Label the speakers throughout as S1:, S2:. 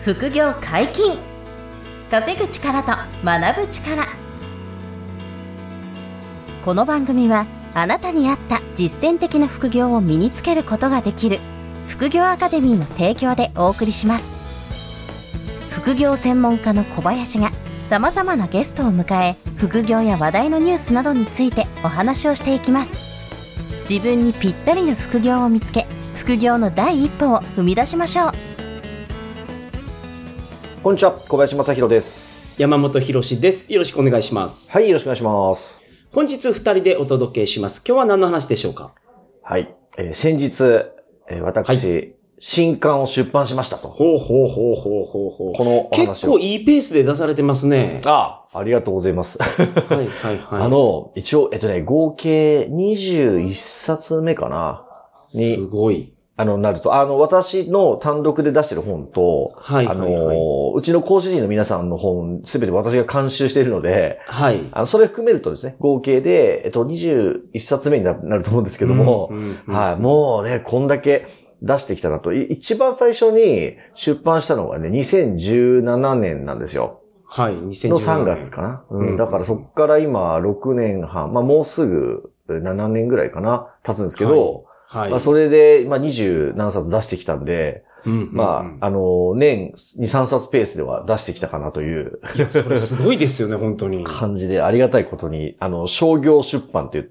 S1: 副業解禁。稼ぐ力と学ぶ力。この番組はあなたに合った実践的な副業を身につけることができる副業アカデミーの提供でお送りします。副業専門家の小林がさまざまなゲストを迎え、副業や話題のニュースなどについてお話をしていきます。自分にぴったりの副業を見つけ、副業の第一歩を踏み出しましょう。
S2: こんにちは、小林正弘です。
S3: 山本博史です。よろしくお願いします。
S2: はい、よろしくお願いします。
S3: 本日2人でお届けします。今日は何の話でしょうか？
S2: はい、先日、私、新刊を出版しましたと。
S3: ほう。
S2: このお話を。
S3: 結構いいペースで出されてますね。
S2: ありがとうございます。
S3: はい。
S2: 一応、合計21冊目かなに。
S3: すごい。
S2: なると、私の単独で出してる本と、うちの講師陣の皆さんの本、すべて私が監修しているので、
S3: はい。
S2: それ含めるとですね、合計で、21冊目になると思うんですけども、はい。もうね、こんだけ出してきたなと。一番最初に出版したのがね、2017年なんですよ。
S3: はい、2017年。
S2: の3月かな。だからそっから今6年半、もうすぐ7年ぐらいかな、経つんですけど、はい。それで、20何冊出してきたんで、年2、3冊ペースでは出してきたかなという。
S3: いや、それすごいですよね、本当に。
S2: 感じで、ありがたいことに、商業出版と言って、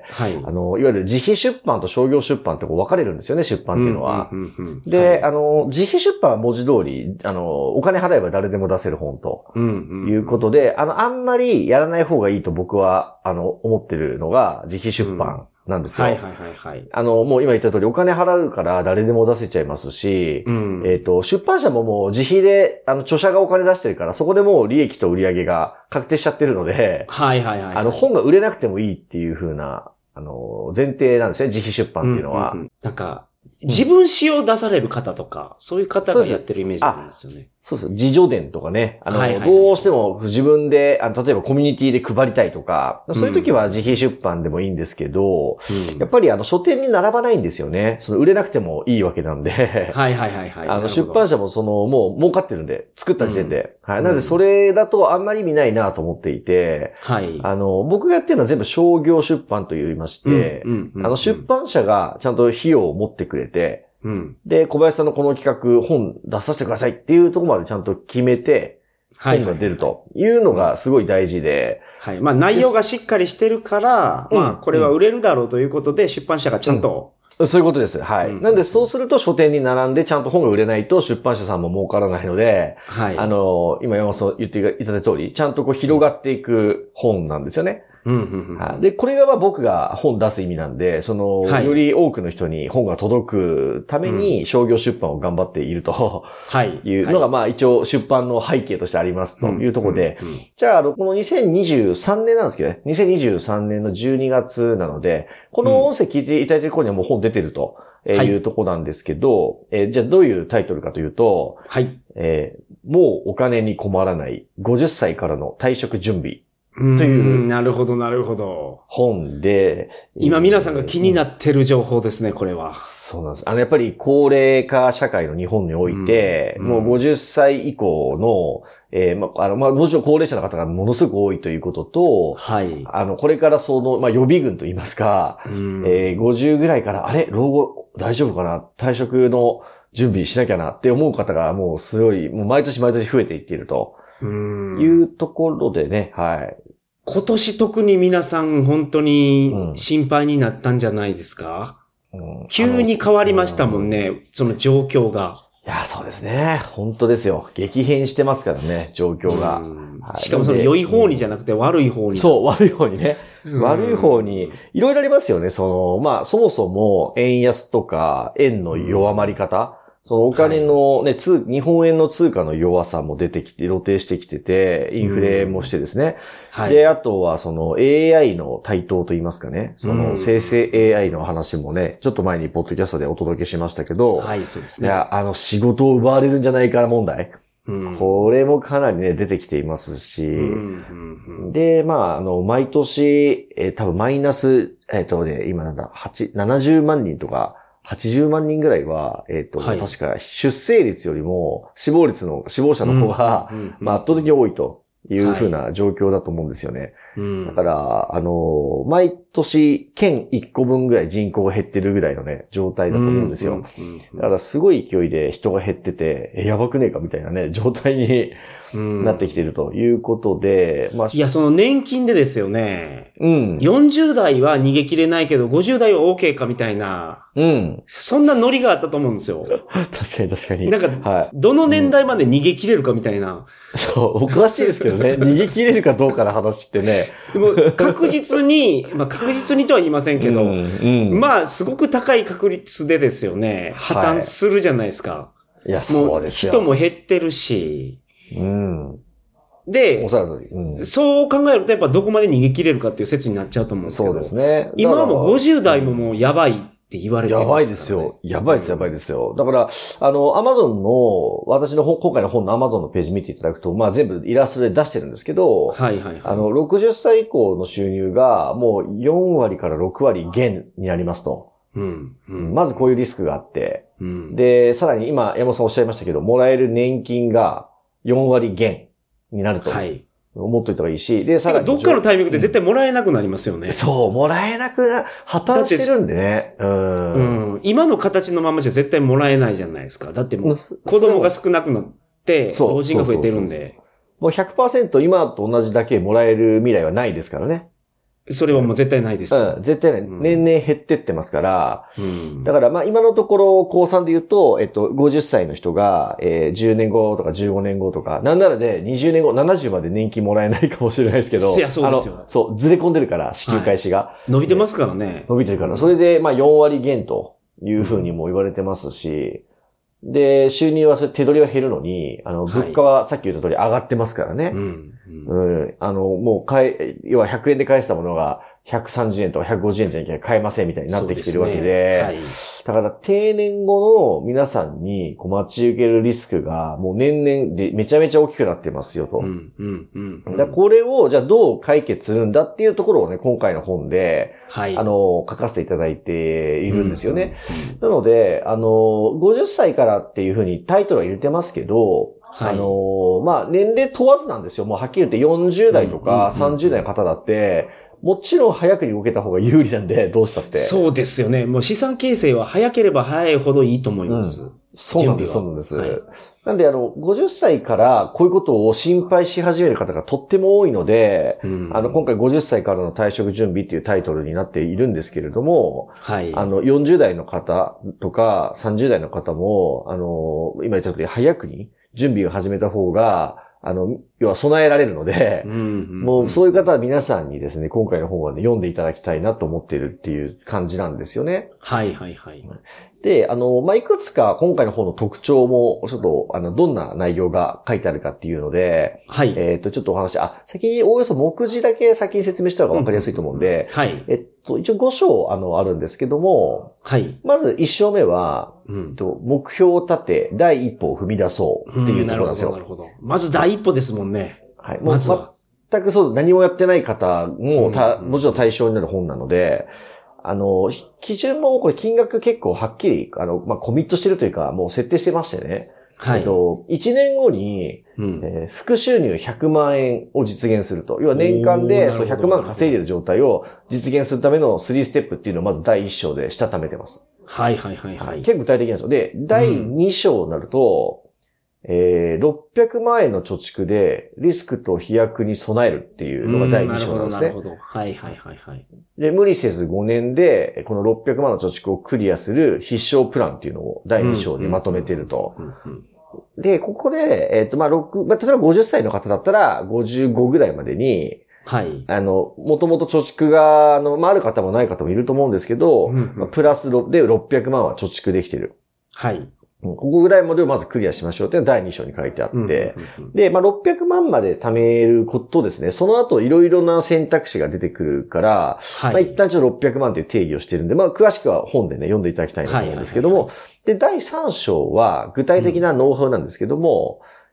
S2: はい。いわゆる自費出版と商業出版って分かれるんですよね、出版っていうのは。で、自費出版は文字通り、お金払えば誰でも出せる本と、いうことで、あんまりやらない方がいいと僕は、思ってるのが自費出版。なんですよ。はい。もう今言った通りお金払うから誰でも出せちゃいますし、出版社ももう自費で、著者がお金出してるから、そこでもう利益と売り上げが確定しちゃってるので、本が売れなくてもいいっていう風な、前提なんですね、自費出版っていうのは。
S3: なんか、自分詩を出される方とか、そういう方がやってるイメージありますよね。
S2: そうです。自叙伝とかね。どうしても自分で、例えばコミュニティで配りたいとか、そういう時は自費出版でもいいんですけど、やっぱり書店に並ばないんですよね。売れなくてもいいわけなんで。出版社ももう儲かってるんで、作った時点で。なのでそれだとあんまり意味ないなと思っていて、僕がやってるのは全部商業出版と言いまして、出版社がちゃんと費用を持ってくれて、で、小林さんのこの企画、本出させてくださいっていうところまでちゃんと決めて、本が出るというのがすごい大事で。
S3: 内容がしっかりしてるから、これは売れるだろうということで、出版社がちゃんと、
S2: そういうことです。はい。なんで、そうすると書店に並んでちゃんと本が売れないと出版社さんも儲からないので、今山本さん言っていただいた通り、ちゃんと広がっていく本なんですよね。で、これが僕が本出す意味なんで、より多くの人に本が届くために商業出版を頑張っているというのが、一応出版の背景としてありますというところで、じゃあ、この2023年なんですけどね、2023年の12月なので、この音声聞いていただいている頃にはもう本出てるというところなんですけど、じゃあどういうタイトルかというと、もうお金に困らない50歳からの退職準備。という。
S3: なるほど。
S2: 本で。
S3: 今皆さんが気になってる情報ですね、これは。
S2: そうなんです。やっぱり高齢化社会の日本において、もう50歳以降の、もちろん高齢者の方がものすごく多いということと、これから予備軍と言いますか、50ぐらいから、老後大丈夫かな、退職の準備しなきゃなって思う方がもうすごい、もう毎年増えていっていると。いうところでね、
S3: 今年特に皆さん本当に心配になったんじゃないですか？急に変わりましたもんね、その状況が。
S2: いや、そうですね。本当ですよ。激変してますからね、状況が。
S3: しかも良い方にじゃなくて悪い方に。
S2: そう、悪い方にね。悪い方に、いろいろありますよね。そもそも円安とか円の弱まり方。お金のね、日本円の通貨の弱さも出てきて、露呈してきてて、インフレもしてですね。で、あとはAI の台頭といいますかね。生成 AI の話もね、ちょっと前にポッドキャストでお届けしましたけど。
S3: そうですね。
S2: いや、仕事を奪われるんじゃないか問題。これもかなりね、出てきていますし。で、毎年、多分マイナス、今70万人とか、 80万人ぐらいは、
S3: はい、
S2: 確か出生率よりも死亡者の方が、まあ圧倒的に多いというふうな状況だと思うんですよね。だから、毎年県1個分ぐらい人口が減ってるぐらいのね、状態だと思うんですよ。だからすごい勢いで人が減ってて、やばくねえかみたいなね、状態になってきているということで、まあ。
S3: いや、その年金でですよね。
S2: うん。
S3: 40代は逃げ切れないけど、50代は OK かみたいな。
S2: うん。
S3: そんなノリがあったと思うんですよ。
S2: 確かに。
S3: なんか、はい、どの年代まで逃げ切れるかみたいな。
S2: そう、おかしいですけどね。逃げ切れるかどうかの話ってね。
S3: でも、確実にとは言いませんけど、まあ、すごく高い確率でですよね。破綻するじゃないですか。
S2: はい、いや、そうですよ。
S3: 人も減ってるし。
S2: うん。
S3: で、そう考えるとやっぱどこまで逃げ切れるかっていう説になっちゃうと思うんですけど。
S2: そうですね。
S3: 今はもう50代ももうやばいって言われてますからね。
S2: やばいですよ。やばいですよ。だから、アマゾンの、私の今回の本のアマゾンのページ見ていただくと、まあ全部イラストで出してるんですけど、60歳以降の収入がもう4割から6割減になりますと。まずこういうリスクがあって、で、さらに今山本さんおっしゃいましたけど、もらえる年金が4割減になると。思っといた方がいいし、で、さらに。
S3: どっかのタイミングで絶対もらえなくなりますよね。
S2: そう、もらえなく破綻してるんでね。
S3: 今の形のままじゃ絶対もらえないじゃないですか。だってもう、子供が少なくなって、老人が増えてるんで。
S2: もう 100% 今と同じだけもらえる未来はないですからね。
S3: それはもう絶対ないです。
S2: 絶対ない。年々減ってってますから。だからまあ今のところ、高3で言うと、50歳の人が、10年後とか15年後とか、なんならで20年後、70まで年金もらえないかもしれないですけど。
S3: いや、そうですよ。
S2: そう、ずれ込んでるから、支給開始が。
S3: 伸びてますからね。
S2: 伸びてるから。それで、まあ4割減というふうにも言われてますし、で、収入は手取りは減るのに、物価はさっき言った通り上がってますからね。もう要は100円で返したものが130円とか150円じゃなきゃ買えませんみたいになってきてるわけで、だから定年後の皆さんに待ち受けるリスクがもう年々でめちゃめちゃ大きくなってますよと。だこれをじゃあどう解決するんだっていうところをね、今回の本で、書かせていただいているんですよね。なので、50歳からっていうふうにタイトルは入れてますけど、まあ、年齢問わずなんですよ。もうはっきり言って40代とか30代の方だって、もちろん早くに動けた方が有利なんで、どうしたって。
S3: そうですよね。もう資産形成は早ければ早いほどいいと思います。
S2: そうなんです、そうなんです。なんで、50歳からこういうことを心配し始める方がとっても多いので、今回50歳からの退職準備っていうタイトルになっているんですけれども、40代の方とか30代の方も、今言った通り早くに準備を始めた方が、要は備えられるので、もうそういう方は皆さんにですね、今回の本はね、読んでいただきたいなと思っているっていう感じなんですよね。で、まあ、いくつか今回の本の特徴も、ちょっと、どんな内容が書いてあるかっていうので、ちょっとお話、先におおよそ目次だけ先に説明した方がわかりやすいと思うんで、一応5章、あるんですけども、まず1章目は、目標を立て、第一歩を踏み出そうっていうところなんですよ。
S3: なるほど。まず第一歩ですもんね。
S2: まずは。全くそうです。何もやってない方も、もちろん対象になる本なので、基準もこれ金額結構はっきり、まあ、コミットしてるというか、もう設定してましてね。1年後に、副収入100万円を実現すると。要は年間でそう100万稼いでる状態を実現するための3ステップっていうのをまず第1章でしたためてます。結構具体的なんですよ。で、第2章になると、600万円の貯蓄でリスクと飛躍に備えるっていうのが第2章なんですね。で、無理せず5年でこの600万の貯蓄をクリアする必勝プランっていうのを第2章にまとめてると。で、ここで、まあ、例えば50歳の方だったら55ぐらいまでに、もともと貯蓄が、まあ、ある方もない方もいると思うんですけど、プラスで600万は貯蓄できてる。ここぐらいまでをまずクリアしましょうっていうのが第2章に書いてあって、で、まあ、600万まで貯めることですね。その後いろいろな選択肢が出てくるから、まあ、一旦ちょっと600万という定義をしてるんで、まあ、詳しくは本でね、読んでいただきたいなと思うんですけども、で、第3章は具体的なノウハウなんですけども、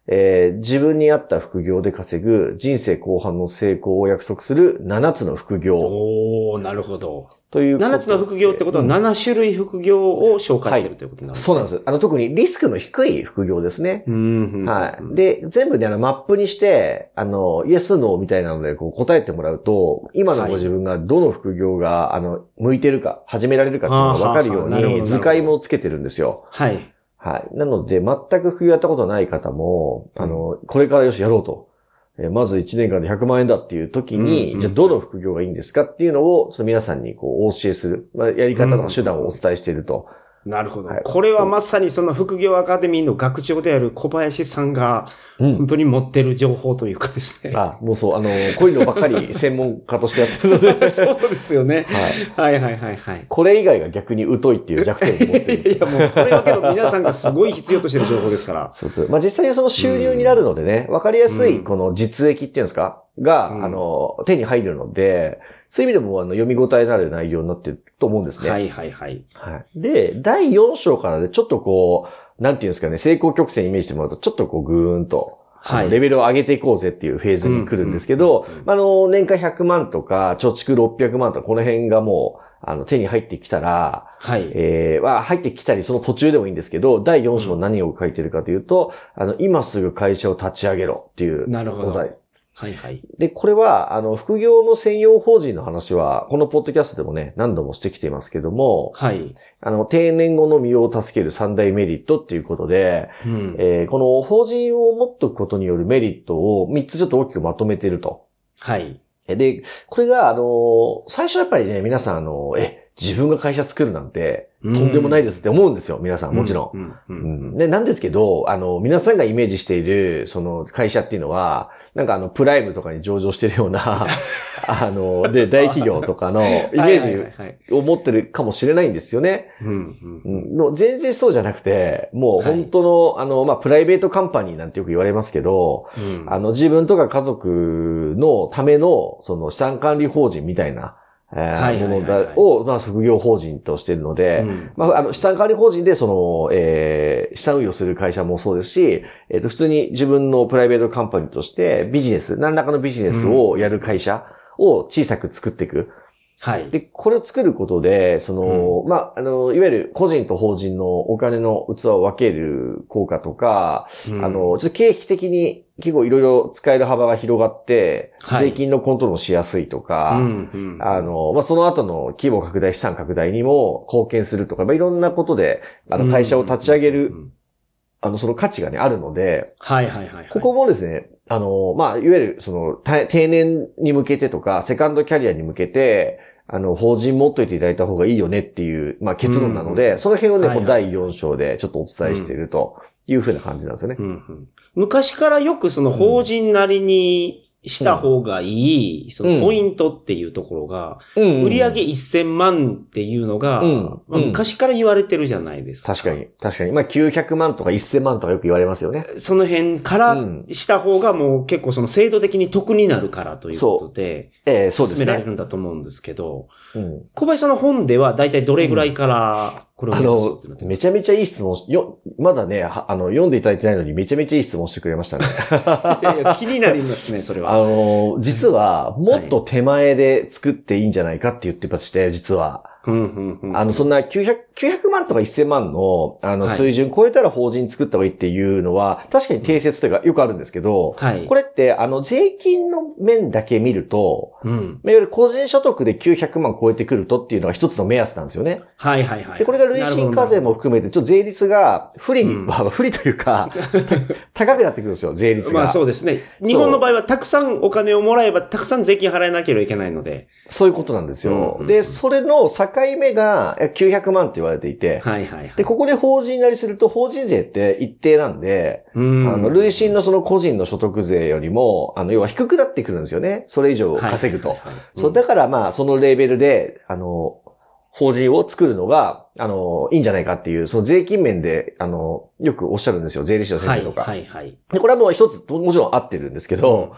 S2: 自分に合った副業で稼ぐ人生後半の成功を約束する7つの副業。
S3: おー、なるほど。
S2: という
S3: 7つの副業ってことは7種類副業を紹介してるということなんです
S2: か、そうなんです。特にリスクの低い副業ですね。はい。で、全部ね、マップにして、イエス、ノーみたいなので、こう答えてもらうと、今のご自分がどの副業が、向いてるか、始められるかっていうのがわかるように、図解もつけてるんですよ。
S3: はい。
S2: はい。なので、全く副業やったことない方も、これからよしやろうと。まず1年間で100万円だっていう時に、じゃあどの副業がいいんですかっていうのを、皆さんにこう、お教えする。やり方とか手段をお伝えしていると。
S3: なるほど。はい、これはまさにその副業アカデミーの学長である小林さんが、本当に持ってる情報というかですね。
S2: もうそう、こういうのばっかり専門家としてやってるので。
S3: そうですよね。はい。はい。
S2: これ以外が逆に疎いっていう弱点を持ってるんですよ。
S3: いや、もうこれだけど皆さんがすごい必要としてる情報ですから。
S2: そう。実際にその収入になるのでね、わかりやすいこの実益っていうんですかが、手に入るので、そういう意味でも読み応えのある内容になってると思うんですね。
S3: はい。
S2: で、第4章からでちょっとこう、なんていうんですかね、成功曲線イメージしてもらうと、ちょっとこうぐーんと、レベルを上げていこうぜっていうフェーズに来るんですけど、年間100万とか、貯蓄600万とか、この辺がもう、手に入ってきたら、入ってきたり、その途中でもいいんですけど、第4章何を書いてるかというと、今すぐ会社を立ち上げろっていうお題。
S3: なるほど。
S2: で、これは、副業の専用法人の話は、このポッドキャストでもね、何度もしてきていますけども、定年後の身を助ける3大メリットっていうことで、この法人を持っとくことによるメリットを3つちょっと大きくまとめてると。で、これが、最初やっぱりね、皆さん、自分が会社作るなんて、とんでもないですって思うんですよ、皆さん、もちろん。で、なんですけど、皆さんがイメージしている、その会社っていうのは、なんかプライムとかに上場してるような、で、大企業とかのイメージを持ってるかもしれないんですよね。全然そうじゃなくて、もう本当の、プライベートカンパニーなんてよく言われますけど、自分とか家族のための、その資産管理法人みたいな、ものを、副業法人としているので、資産管理法人で、資産運用する会社もそうですし、普通に自分のプライベートカンパニーとして何らかのビジネスをやる会社を小さく作っていく。で、これを作ることで、いわゆる個人と法人のお金の器を分ける効果とか、ちょっと経費的に結構いろいろ使える幅が広がって、税金のコントロールしやすいとか、その後の規模拡大、資産拡大にも貢献するとか、いろんなことで、会社を立ち上げる、その価値がね、あるので、ここもですね、いわゆる、定年に向けてとか、セカンドキャリアに向けて、法人持っといていただいた方がいいよねっていう、結論なので、その辺をね、第4章でちょっとお伝えしているというふうな感じなんですよね。
S3: 昔からよくその法人なりにした方がいい、そのポイントっていうところが、売上1000万っていうのが、昔から言われてるじゃないですか。
S2: 確かに。900万とか1000万とかよく言われますよね。
S3: その辺からした方がもう結構その制度的に得になるからということで、進められるんだと思うんですけど、小林さんの本ではだいたいどれぐらいからこれを目指そうってなってます？
S2: めちゃめちゃいい質問まだね、読んでいただいてないのにめちゃめちゃいい質問してくれましたね。
S3: いや気になりますね、それは。
S2: 実は、もっと手前で作っていいんじゃないかって言ってまして、実は。そんな900万とか1000万の、水準超えたら法人作った方がいいっていうのは、確かに定説というかよくあるんですけど、これって、税金の面だけ見ると、いわゆる個人所得で900万超えてくるとっていうのが一つの目安なんですよね。で、これが累進課税も含めて、ちょっと税率が不利というか、高くなってくるんですよ、税率が。
S3: そうですね。日本の場合はたくさんお金をもらえば、たくさん税金払えなければいけないので。
S2: そういうことなんですよ。で、それの境目が900万って言われていて、で、ここで法人なりすると、法人税って一定なんで、累進のその個人の所得税よりも、要は低くなってくるんですよね。それ以上稼ぐと。そう、だからそのレベルで、法人を作るのが、いいんじゃないかっていう、その税金面で、よくおっしゃるんですよ。税理士の先生とか。で、これはもう一つ、もちろん合ってるんですけど、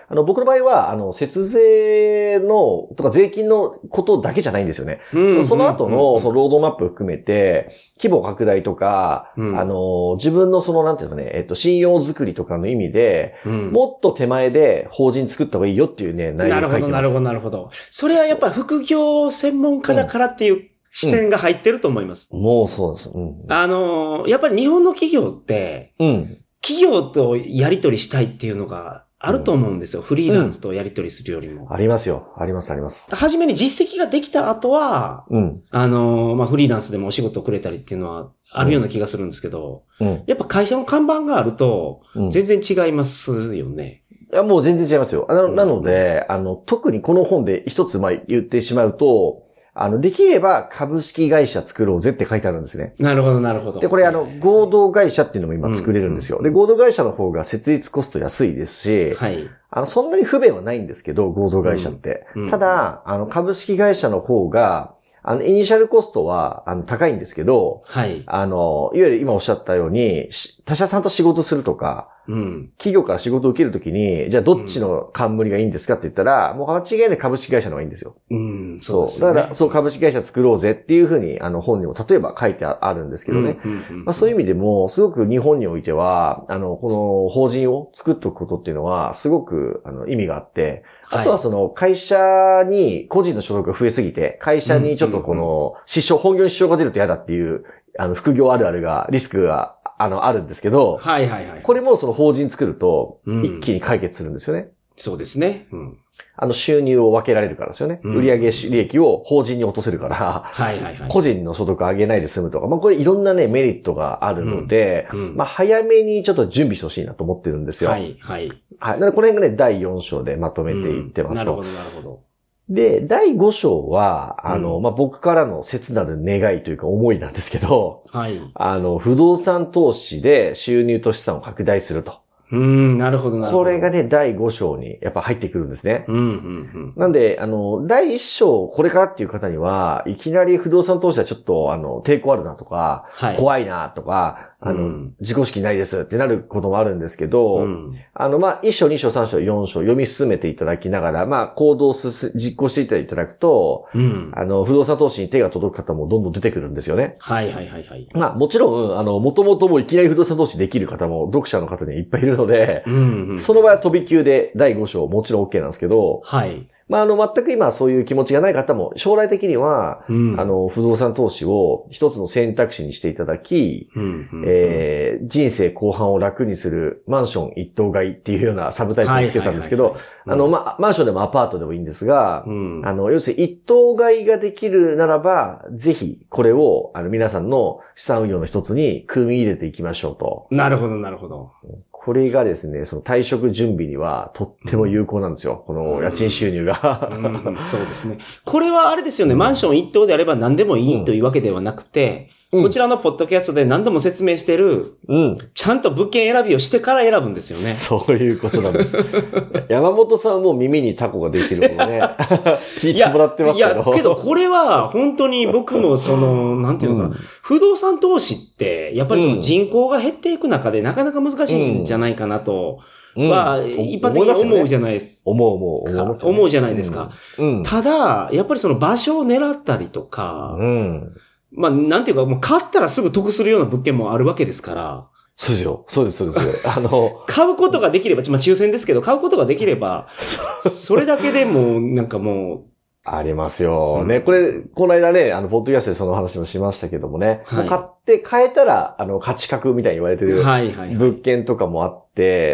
S2: 僕の場合は、節税の、とか税金のことだけじゃないんですよね。その後の、そのロードマップ含めて、規模拡大とか、自分のなんていうのね、信用作りとかの意味で、もっと手前で法人作った方がいいよっていうね、内容を書いてます。
S3: なるほど。それはやっぱり副業専門家だからっていう視点が入ってると思います。
S2: もうそうです。
S3: やっぱり日本の企業って、企業とやり取りしたいっていうのがあると思うんですよ。フリーランスとやり取りするよりも。
S2: ありますよ。あります。
S3: はじめに実績ができた後は、フリーランスでもお仕事くれたりっていうのはあるような気がするんですけど、やっぱ会社の看板があると、全然違いますよね。
S2: いや、もう全然違いますよ。なので、特にこの本で一つ言ってしまうと、できれば株式会社作ろうぜって書いてあるんですね。
S3: なるほど。
S2: で、これ合同会社っていうのも今作れるんですよ。で、合同会社の方が設立コスト安いですし、そんなに不便はないんですけど、合同会社って。ただ、株式会社の方が、イニシャルコストは、高いんですけど、いわゆる今おっしゃったように、他社さんと仕事するとか、企業から仕事を受けるときに、じゃあどっちの冠がいいんですかって言ったら、もう間違いない株式会社の方がいいんですよ。
S3: そうですね。
S2: だから、株式会社作ろうぜっていうふうに、本にも例えば書いてあるんですけどね。そういう意味でも、すごく日本においては、この法人を作っておくことっていうのは、すごく、意味があって、あとは会社に個人の所得が増えすぎて、会社にちょっと本業に支障が出ると嫌だっていう、副業あるあるが、リスクが、あるんですけど、これも法人作ると、一気に解決するんですよね。
S3: そうですね。
S2: 収入を分けられるからですよね。売上利益を法人に落とせるから、個人の所得を上げないで済むとか、これいろんなね、メリットがあるので、早めにちょっと準備してほしいなと思ってるんですよ。なのでこの辺がね、第4章でまとめていってますと。
S3: なるほど。
S2: で、第5章は、僕からの切なる願いというか思いなんですけど、不動産投資で収入と資産を拡大すると。
S3: なるほど。
S2: これがね、第5章にやっぱ入ってくるんですね。なんで、第1章、これからっていう方には、いきなり不動産投資はちょっと、抵抗あるなとか、怖いなとか、自己資金ないですってなることもあるんですけど、1章、2章、3章、4章読み進めていただきながら、行動を実行していただくと、不動産投資に手が届く方もどんどん出てくるんですよね。もちろん、もともともういきなり不動産投資できる方も読者の方にはいっぱいいるので、その場合は飛び級で第5章もちろん OK なんですけど、全く今そういう気持ちがない方も将来的には、不動産投資を一つの選択肢にしていただき、人生後半を楽にするマンション一棟買いっていうようなサブタイトルをつけたんですけど、マンションでもアパートでもいいんですが、要するに一棟買いができるならば、ぜひこれを皆さんの資産運用の一つに組み入れていきましょうと。
S3: なるほど。
S2: これがですね、その退職準備にはとっても有効なんですよ。この家賃収入が。
S3: そうですね。これはあれですよね、マンション一棟であれば何でもいいというわけではなくて、こちらのポッドキャストで何度も説明してる、ちゃんと物件選びをしてから選ぶんですよね。
S2: そういうことなんです。山本さんはもう耳にタコができることね。聞いてもらってますけど。
S3: けどこれは本当に僕もなんていうのかな、不動産投資って、やっぱり人口が減っていく中でなかなか難しいんじゃないかなと、一般的に思うじゃないですか。思うじゃないですか。ただ、やっぱり場所を狙ったりとか、なんていうか、もう買ったらすぐ得するような物件もあるわけですから。
S2: そうですよ。そうです。
S3: 買うことができれば、抽選ですけど、買うことができれば、それだけでも、
S2: ありますよ。ね、この間ね、ポッドキャストでその話もしましたけどもね。もう買えたら、価値格みたいに言われてる物件とかもあって、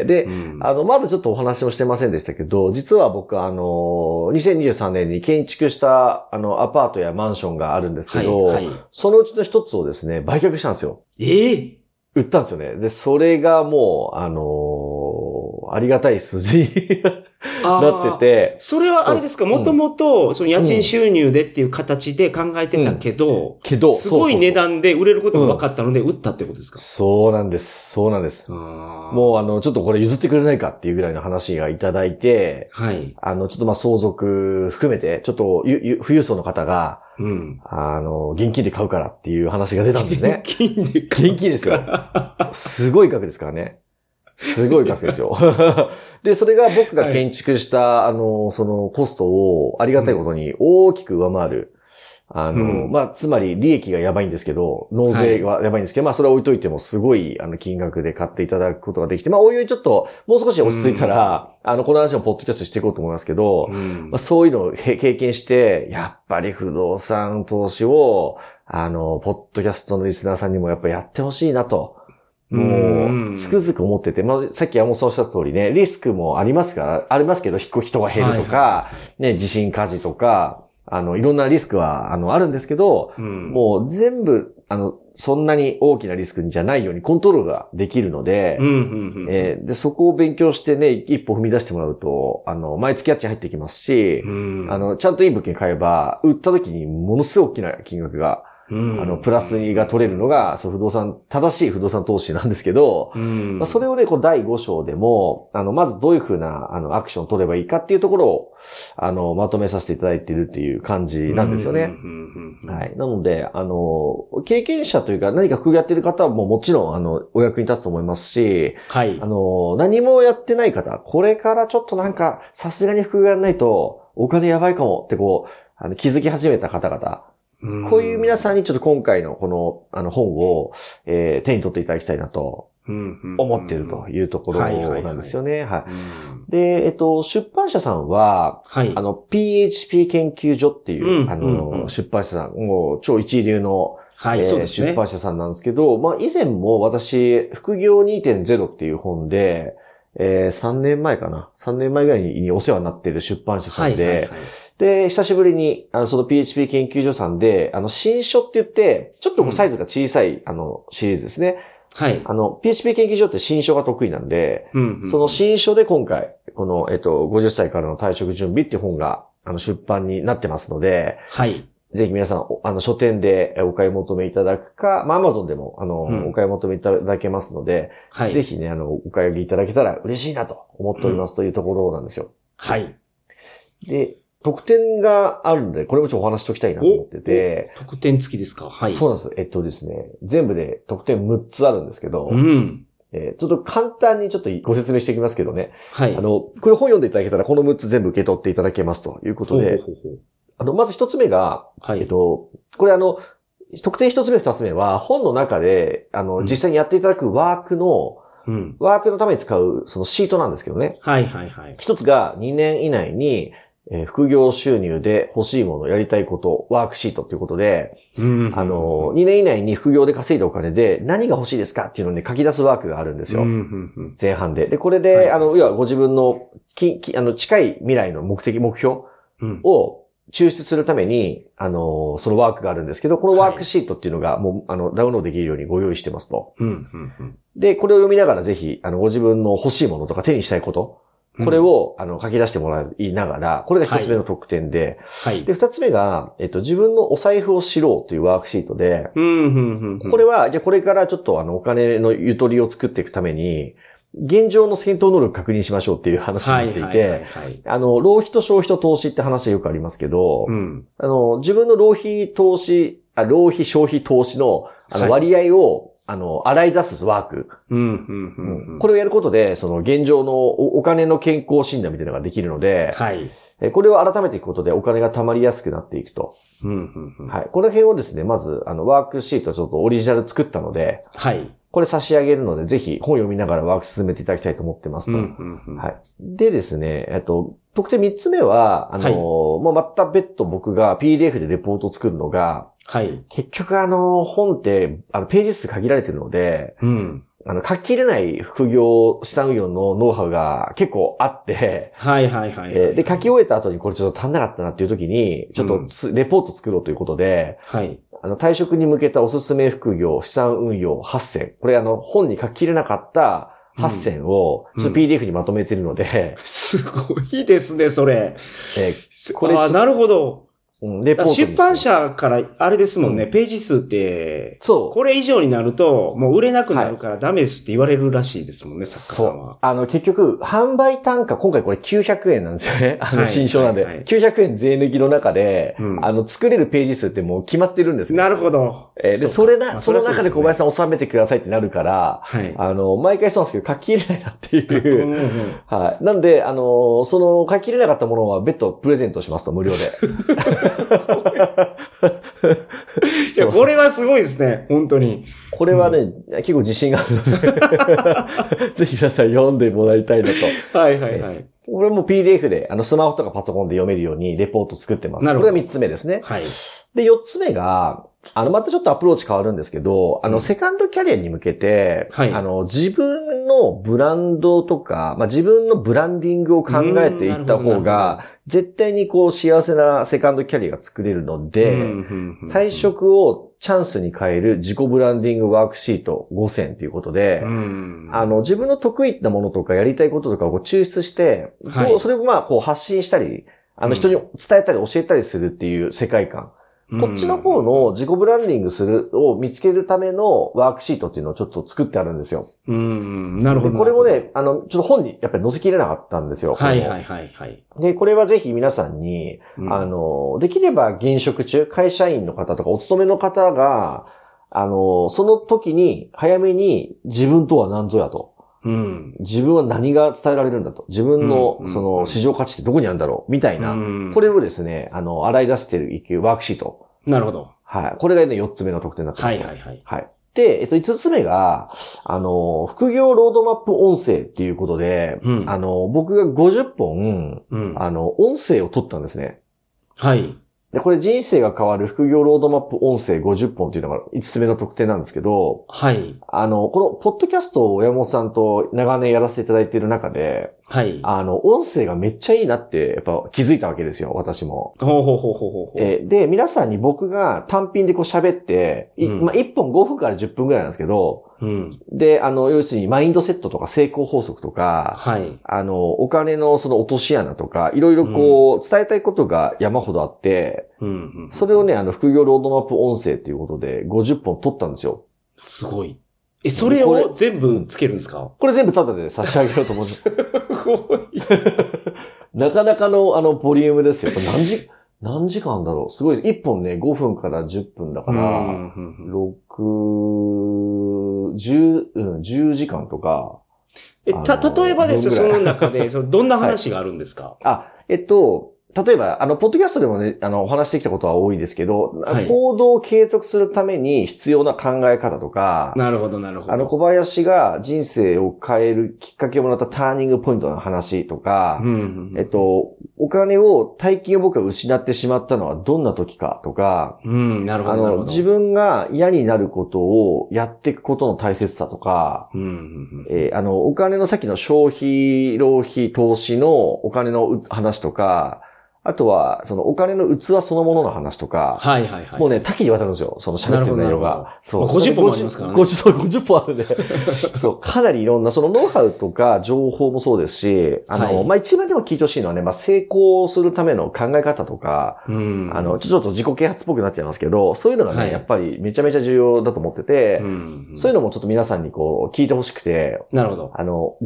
S2: で、まだちょっとお話もしてませんでしたけど、実は僕2023年に建築した、アパートやマンションがあるんですけど、そのうちの一つをですね、売却したんですよ。売ったんですよね。で、それがもう、ありがたい数字になってて。
S3: それはあれですか、もともと、家賃収入でっていう形で考えてたけど、すごい値段で売れることが分かったので、売ったってことですか？
S2: そうなんです。もうちょっとこれ譲ってくれないかっていうぐらいの話がいただいて、ちょっと相続含めて、ちょっと富裕層の方が、現金で買うからっていう話が出たんですね。
S3: 現金で買う。
S2: 現金ですよ。すごい額ですからね。 すごい額ですよ。で、それが僕が建築した、そのコストをありがたいことに大きく上回る。つまり利益がやばいんですけど、納税がやばいんですけど、それは置いといてもすごい、金額で買っていただくことができて、おいおいちょっと、もう少し落ち着いたら、この話もポッドキャストしていこうと思いますけど、そういうのを経験して、やっぱり不動産投資を、ポッドキャストのリスナーさんにもやっぱやってほしいなと。もう、つくづく思ってて、さっき山本さんおっしゃった通りね、リスクもありますけど、人が減るとか、ね、地震火事とか、いろんなリスクは、あるんですけど、もう全部、そんなに大きなリスクじゃないようにコントロールができるので、で、そこを勉強してね、一歩踏み出してもらうと、毎月家賃入ってきますし、ちゃんといい物件買えば、売った時にものすごい大きな金額が、プラスが取れるのが、正しい不動産投資なんですけど、それをね、第5章でも、まずどういうふうな、アクションを取ればいいかっていうところを、まとめさせていただいているっていう感じなんですよね。はい。なので、経験者というか何か副業やってる方ももちろん、お役に立つと思いますし、
S3: はい。
S2: 何もやってない方、これからちょっとさすがに副業やらないと、お金やばいかもって気づき始めた方々、こういう皆さんにちょっと今回のこの、本を、手に取っていただきたいなと、思っているというところなんですよね。はい。で、出版社さんは、PHP 研究所っていう、出版社さん、もう超一流の、出版社さんなんですけど、以前も私、副業 2.0 っていう本で、3年前かな ?3 年前ぐらいにお世話になっている出版社さんで、で、久しぶりに、その PHP 研究所さんで、新書って言って、ちょっとサイズが小さい、シリーズですね。はい。PHP 研究所って新書が得意なんで、その新書で今回、この、50歳からの退職準備っていう本が、出版になってますので、はい。ぜひ皆さん、書店でお買い求めいただくか、Amazon でも、お買い求めいただけますので、はい。ぜひね、お買い上げいただけたら嬉しいなと思っておりますというところなんですよ。はい。で、特典があるので、これもちょっとお話しときたいなと思ってて。
S3: 特典付きですか？はい。
S2: そうなんです。ですね、全部で特典6つあるんですけど、ちょっと簡単にちょっとご説明していきますけどね。はい。これ本読んでいただけたら、この6つ全部受け取っていただけますということで、まず1つ目が、はい。これ特典1つ目2つ目は、本の中で、実際にやっていただくワークのために使う、そのシートなんですけどね。はいはいはい。1つが2年以内に、副業収入で欲しいもの、やりたいこと、ワークシートということで、2年以内に副業で稼いだお金で何が欲しいですかっていうのをね、書き出すワークがあるんですよ。前半で。で、これで、要はご自分の近い未来の目標を抽出するために、そのワークがあるんですけど、このワークシートっていうのがもう、ダウンロードできるようにご用意してますと。で、これを読みながらぜひ、ご自分の欲しいものとか手にしたいこと、これを、書き出してもらいながら、これが一つ目の特典で、はい。で、二つ目が、自分のお財布を知ろうというワークシートで、これは、じゃあこれからちょっとお金のゆとりを作っていくために、現状の戦闘能力確認しましょうっていう話になっていて、浪費と消費と投資って話はよくありますけど、自分の浪費消費投資の、割合を、洗い出すワーク。これをやることで、その現状のお金の健康診断みたいなのができるので、はい。これを改めていくことでお金が貯まりやすくなっていくと。はい。この辺をですね、まず、ワークシートちょっとオリジナル作ったので、はい。これ差し上げるので、ぜひ本読みながらワーク進めていただきたいと思ってますと。はい。でですね、特典3つ目は、もうまた別途僕が PDF でレポートを作るのが、はい。結局本って、ページ数限られてるので、書ききれない副業資産運用のノウハウが結構あって、はいはいはい。で、書き終えた後にこれちょっと足んなかったなっていう時に、ちょっとレポート作ろうということで、はい。退職に向けたおすすめ副業資産運用8選。これ本に書ききれなかった8選を、ちょっと PDF にまとめてるので、
S3: すごいですね、それ。これなるほど。
S2: レポート
S3: 出版社からあれですもんね、ページ数って、そう。これ以上になると、もう売れなくなるからダメですって言われるらしいですもんね、作家さんは。
S2: 結局、販売単価、今回これ900円なんですよね。新書なんで。900円税抜きの中で、作れるページ数ってもう決まってるんですね。
S3: なるほど。
S2: で、その中で小林さん収めてくださいってなるから、毎回そうなんですけど、書き入れないなっていう。はい。なんで、その書き入れなかったものは別途プレゼントしますと、無料で。
S3: いや、これはすごいですね、本当に。
S2: これはね、結構自信があるので、ぜひ皆さん読んでもらいたいなと。
S3: はいはいはい。
S2: これも PDF で、スマホとかパソコンで読めるようにレポート作ってます。なるほど。これが3つ目ですね。はい。で、4つ目が、またちょっとアプローチ変わるんですけど、セカンドキャリアに向けて、はい、自分のブランドとか、自分のブランディングを考えていった方が、絶対に幸せなセカンドキャリアが作れるので、退職をチャンスに変える自己ブランディングワークシート5選ということで、自分の得意なものとかやりたいこととかを抽出して、はい、それを発信したり、人に伝えたり教えたりするっていう世界観。こっちの方の自己ブランディングを見つけるためのワークシートっていうのをちょっと作ってあるんですよ。
S3: なるほど。
S2: これもね、ちょっと本にやっぱり載せきれなかったんですよ。
S3: はいはいはいはい。
S2: で、これはぜひ皆さんに、できれば現職中、会社員の方とかお勤めの方が、その時に早めに自分とは何ぞやと。自分は何が伝えられるんだと。自分の、市場価値ってどこにあるんだろうみたいな。これをですね、洗い出してるワークシート。
S3: なるほど。
S2: はい。これがね、4つ目の特典になってます。はいはいはい。はい。で、5つ目が、副業ロードマップ音声っていうことで、僕が50本、音声を取ったんですね。
S3: はい。
S2: で、これ人生が変わる副業ロードマップ音声50本っていうのが5つ目の特典なんですけど、
S3: はい。
S2: このポッドキャストを親本さんと長年やらせていただいている中で、
S3: はい。
S2: 音声がめっちゃいいなってやっぱ気づいたわけですよ、私も。
S3: ほうほうほうほう。
S2: で、皆さんに僕が単品で喋って、1本5分から10分ぐらいなんですけど、で、要するにマインドセットとか成功法則とか、はい。お金の落とし穴とか、いろいろ伝えたいことが山ほどあって、それをね、副業ロードマップ音声ということで50本取ったんですよ。
S3: すごい。それを全部つけるんですか？
S2: これ全部タダで差し上げようと思うんです。すごい。なかなかのボリュームですよ。何時間だろう。すごいです。1本ね、5分から10分だから、10時間とか。
S3: 例えばですよ、その中で、どんな話があるんですか？
S2: はい、例えば、ポッドキャストでもね、お話してきたことは多いですけど、はい、行動を継続するために必要な考え方とか、
S3: なるほど、なるほど。
S2: 小林が人生を変えるきっかけをもらったターニングポイントの話とか、お金大金を僕が失ってしまったのはどんな時かとか、
S3: なるほど。
S2: 自分が嫌になることをやっていくことの大切さとか、お金のさっきの消費、浪費、投資のお金の話とか、あとは、お金の器そのものの話とか、
S3: はいはいはい。
S2: もうね、多岐にわたるんですよ。喋ってる内容が。
S3: そう。50本もありますからね。
S2: 50本あるんで。そう、かなりいろんな、ノウハウとか情報もそうですし、一番でも聞いてほしいのはね、成功するための考え方とか、ちょっと自己啓発っぽくなっちゃいますけど、そういうのがね、やっぱりめちゃめちゃ重要だと思ってて、そういうのもちょっと皆さんに聞いてほしくて、
S3: なるほど。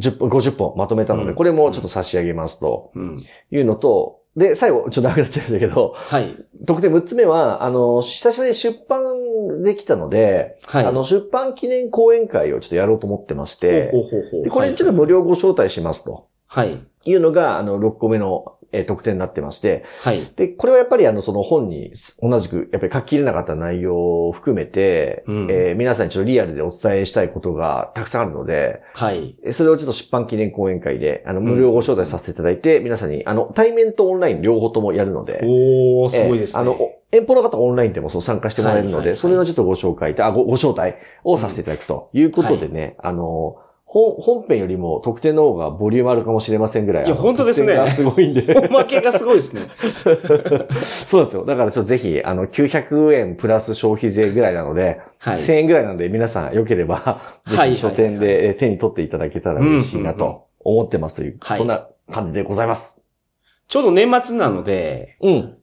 S2: 50本まとめたので、これもちょっと差し上げますと、いうのと、で、最後、ちょっと長くなっちゃうんだけど、はい。特典6つ目は、久しぶりに出版できたので、はい。出版記念講演会をちょっとやろうと思ってまして、で、これちょっと無料ご招待しますと。はい。いうのが、6個目の、特典になってまして、はい。で、これはやっぱり本に同じく、やっぱり書ききれなかった内容を含めて、皆さんにちょっとリアルでお伝えしたいことがたくさんあるので、はい。それをちょっと出版記念講演会で、無料ご招待させていただいて、皆さんに、対面とオンライン両方ともやるので、
S3: すごいですね。
S2: 遠方の方はオンラインでも参加してもらえるので、それのちょっとご招待をさせていただくということでね、本編よりも特典の方がボリュームあるかもしれませんぐらい。
S3: いや、本当ですね。
S2: 特典がすごいんで。
S3: おまけがすごいですね。
S2: そうですよ。だからちょっとぜひ、900円プラス消費税ぐらいなので、はい、1000円ぐらいなので皆さん良ければ、ぜひ書店で手に取っていただけたら嬉しいなと思ってますという、そんな感じでございます。
S3: ちょうど年末なので、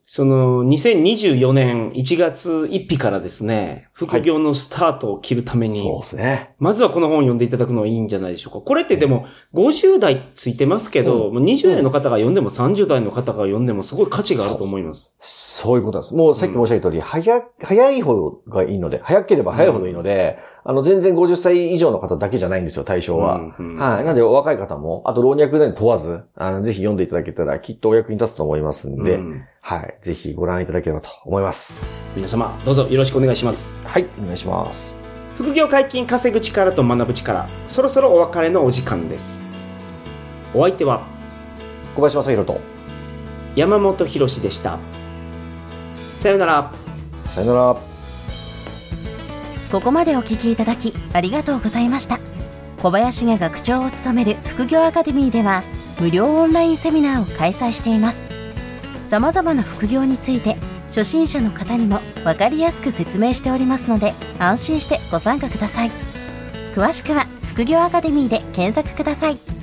S3: その、2024年1月1日からですね、副業のスタートを切るために、
S2: そうですね。
S3: まずはこの本を読んでいただくのはいいんじゃないでしょうか。これってでも、50代ついてますけど、もう20代の方が読んでも30代の方が読んでもすごい価値があると思います。
S2: そういうことなんです。もうさっき申し上げた通り、早い方がいいので、早ければ早いほどいいので、全然50歳以上の方だけじゃないんですよ、対象は。はい。なので、若い方も、あと老若男女問わず、ぜひ読んでいただけたら、きっとお役に立つと思いますんで、はい。ぜひご覧いただければと思います。
S3: 皆様、どうぞよろしくお願いします。
S2: はい、お願いします。
S3: 副業解禁、稼ぐ力と学ぶ力、そろそろお別れのお時間です。お相手は、
S2: 小林正弘と、
S3: 山本博史でした。さよなら。
S2: さよなら。
S1: ここまでお聞きいただきありがとうございました。小林が学長を務める副業アカデミーでは無料オンラインセミナーを開催しています。様々な副業について初心者の方にも分かりやすく説明しておりますので安心してご参加ください。詳しくは副業アカデミーで検索ください。